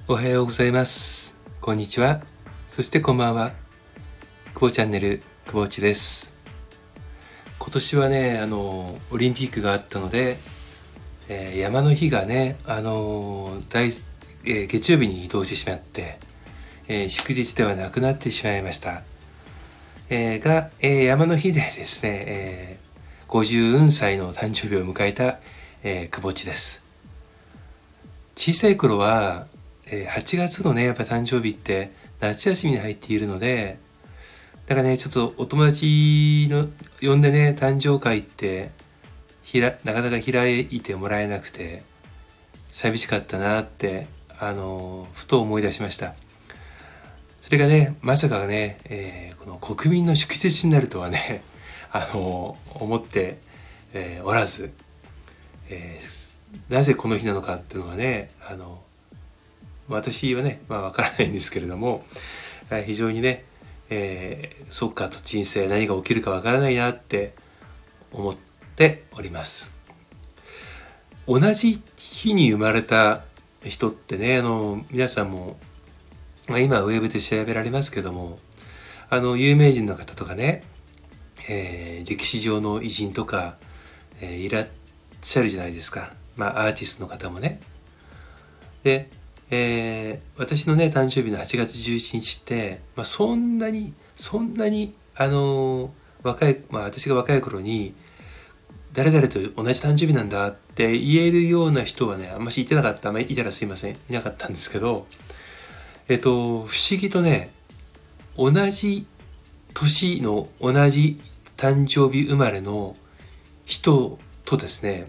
おはようございます。こんにちは。そしてこんばんは。久保チャンネル久保内です。今年はね、オリンピックがあったので、山の日がね、月曜日に移動してしまって、祝日ではなくなってしまいました。山の日でですね、50歳の誕生日を迎えた、久保内です。小さい頃は、8月のね、やっぱ誕生日って夏休みに入っているので、だからね、ちょっとお友達の呼んでね、誕生会ってなかなか開いてもらえなくて、寂しかったなって、ふと思い出しました。それがね、まさかね、この国民の祝日になるとはね、思って、おらず、なぜこの日なのかっていうのがね、私はね、わからないんですけれども、非常にね、そっかと人生何が起きるかわからないなって思っております。同じ日に生まれた人ってね、皆さんも、今ウェブで調べられますけども、有名人の方とかね、歴史上の偉人とか、いらっしゃるじゃないですか。アーティストの方もね。で、私のね、誕生日の8月11日って、そんなに、私が若い頃に、誰々と同じ誕生日なんだって言えるような人はね、あんましいてなかった。いたらすいません。いなかったんですけど、不思議とね、同じ年の同じ誕生日生まれの人とですね、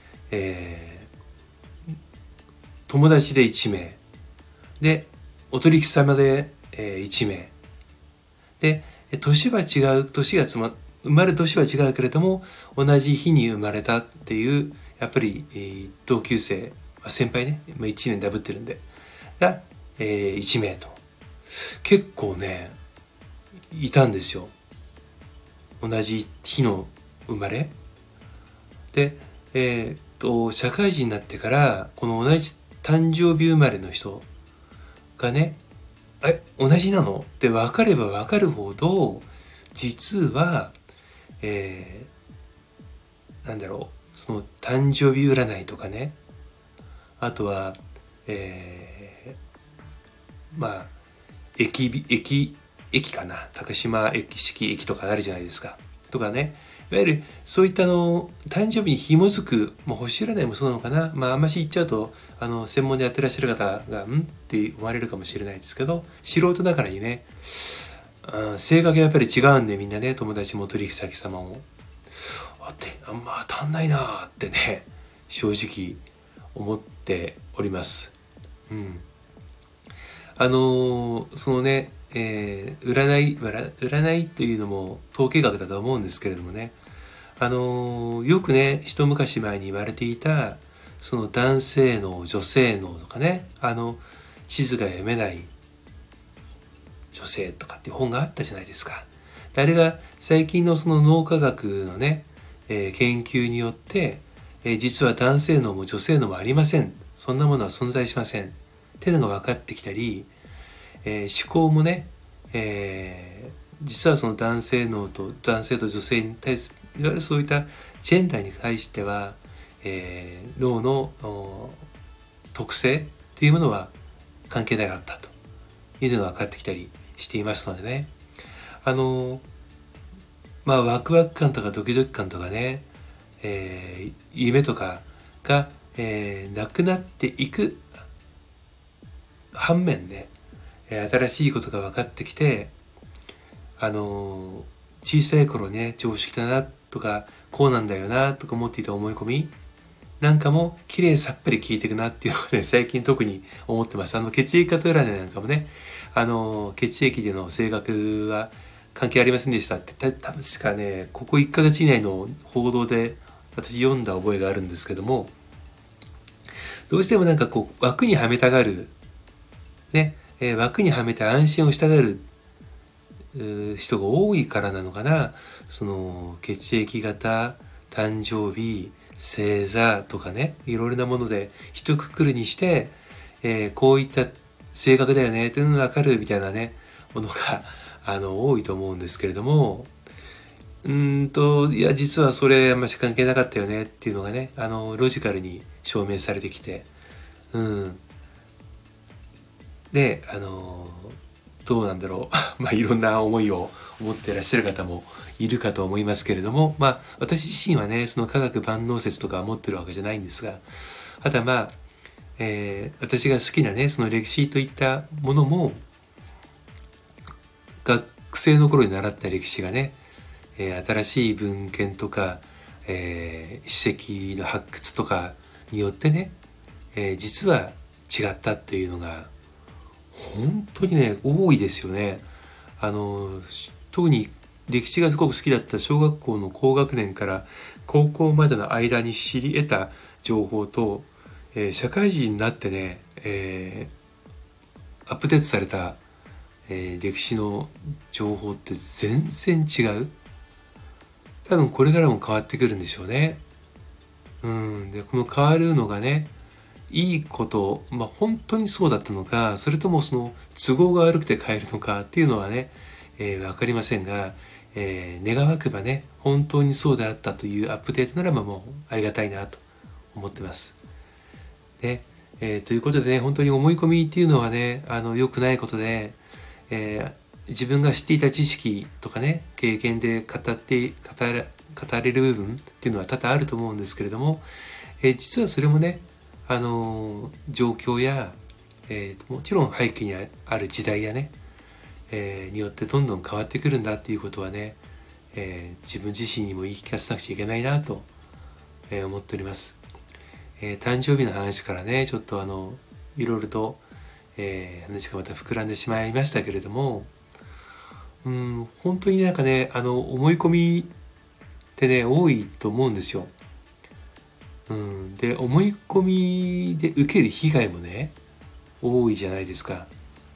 友達で1名でお取引様で、1名で年は違う、生まれる年は違うけれども同じ日に生まれたっていうやっぱり、同級生、先輩ね、1年ダブってるんでが、1名と結構ねいたんですよ。同じ日の生まれで、社会人になってからこの同じ誕生日生まれの人がね、同じなのって分かれば分かるほど、実は、その誕生日占いとかね、あとは、駅かな、高島式駅とかあるじゃないですか。とかね、いわゆるそういった誕生日に紐づく、星占いもそうなのかな、あんまし言っちゃうと専門でやってらっしゃる方がって思われるかもしれないですけど、素人だからにね、性格やっぱり違うんで、みんなね、友達も取引先様も当たんないなってね、正直思っております。そのね、占いというのも統計学だと思うんですけれどもね、よくね、一昔前に言われていたその男性脳女性脳とかね、地図が読めない女性とかっていう本があったじゃないですか。あれが最近のその脳科学のね、研究によって、実は男性脳も女性脳もありません、そんなものは存在しませんっていうのが分かってきたり、思考もね、実はその男性脳と女性に対するいわゆるそういったジェンダーに対しては、脳の特性っていうものは関係なかったというのが分かってきたりしていますのでね、ワクワク感とかドキドキ感とかね、夢とかが、なくなっていく反面ね、新しいことが分かってきて、小さい頃ね、常識だなとかこうなんだよなとか思っていた思い込みなんかも綺麗さっぱり消えていくなっていうのをね、最近特に思ってます。血液型占いなんかもね、血液での性格は関係ありませんでしたって確かね、ここ1ヶ月以内の報道で私読んだ覚えがあるんですけども、どうしても枠にはめたがるね、枠にはめて安心をしたがる人が多いからなのかな。その血液型、誕生日、星座とかね、いろいろなもので一括りにして、こういった正確だよねっていうのが分かるみたいなねものが多いと思うんですけれども、いや実はそれあんまし関係なかったよねっていうのがねロジカルに証明されてきて、でどうなんだろうまあいろんな思いを持ってらっしゃる方もいるかと思いますけれども、まあ私自身はねその科学万能説とか持ってるわけじゃないんですが、ただまあ、私が好きなねその歴史といったものも学生の頃に習った歴史がね、新しい文献とか、史跡の発掘とかによってね、実は違ったっていうのが本当にね多いですよね。特に歴史がすごく好きだった小学校の高学年から高校までの間に知り得た情報と、社会人になってね、アップデートされた、歴史の情報って全然違う。多分これからも変わってくるんでしょうね。でこの変わるのがねいいこと、本当にそうだったのか、それともその都合が悪くて変えるのかっていうのはね、分かりませんが、願わくばね本当にそうであったというアップデートならばもうありがたいなと思ってます。ねということでね本当に思い込みっていうのはね良くないことで、自分が知っていた知識とかね経験で語れる部分っていうのは多々あると思うんですけれども、実はそれもね状況や、もちろん背景にある時代やね、によってどんどん変わってくるんだっていうことはね、自分自身にも言い聞かせなくちゃいけないなと、思っております。誕生日の話からねちょっといろいろと、話がまた膨らんでしまいましたけれども、本当になんかね思い込みってね多いと思うんですよ。で思い込みで受ける被害もね多いじゃないですか。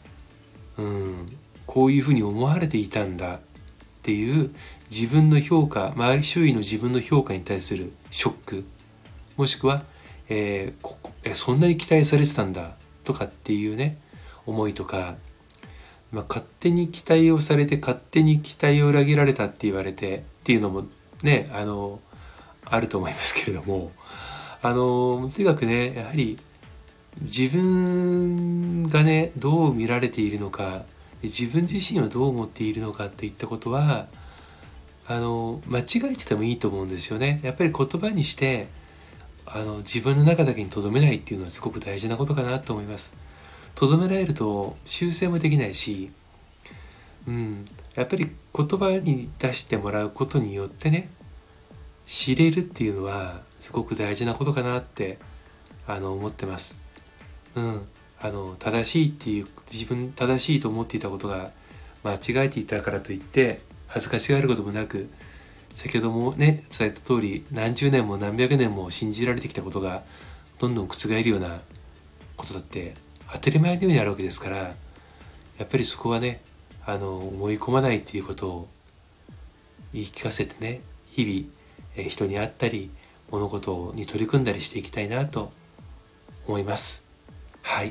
こういうふうに思われていたんだっていう自分の評価、周り周囲の自分の評価に対するショック、もしくは、そんなに期待されてたんだとかっていうね思いとか、勝手に期待をされて勝手に期待を裏切られたって言われてっていうのもねあると思いますけれども、とにかくねやはり自分がねどう見られているのか、自分自身はどう思っているのかっていったことは間違えててもいいと思うんですよね。やっぱり言葉にして自分の中だけに留めないっていうのはすごく大事なことかなと思います。留められると修正もできないし、やっぱり言葉に出してもらうことによってね知れるっていうのはすごく大事なことかなって思ってます。正しいっていう正しいと思っていたことが間違えていたからといって恥ずかしがることもなく、先ほどもね伝えた通り何十年も何百年も信じられてきたことがどんどん覆るようなことだって当たり前のようにあるわけですから、やっぱりそこはね思い込まないっていうことを言い聞かせてね日々、人に会ったり物事に取り組んだりしていきたいなと思います。はい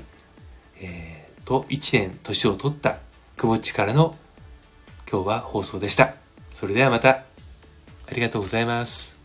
。1年年を取ったくぼっちからの今日は放送でした。それではまた。ありがとうございます。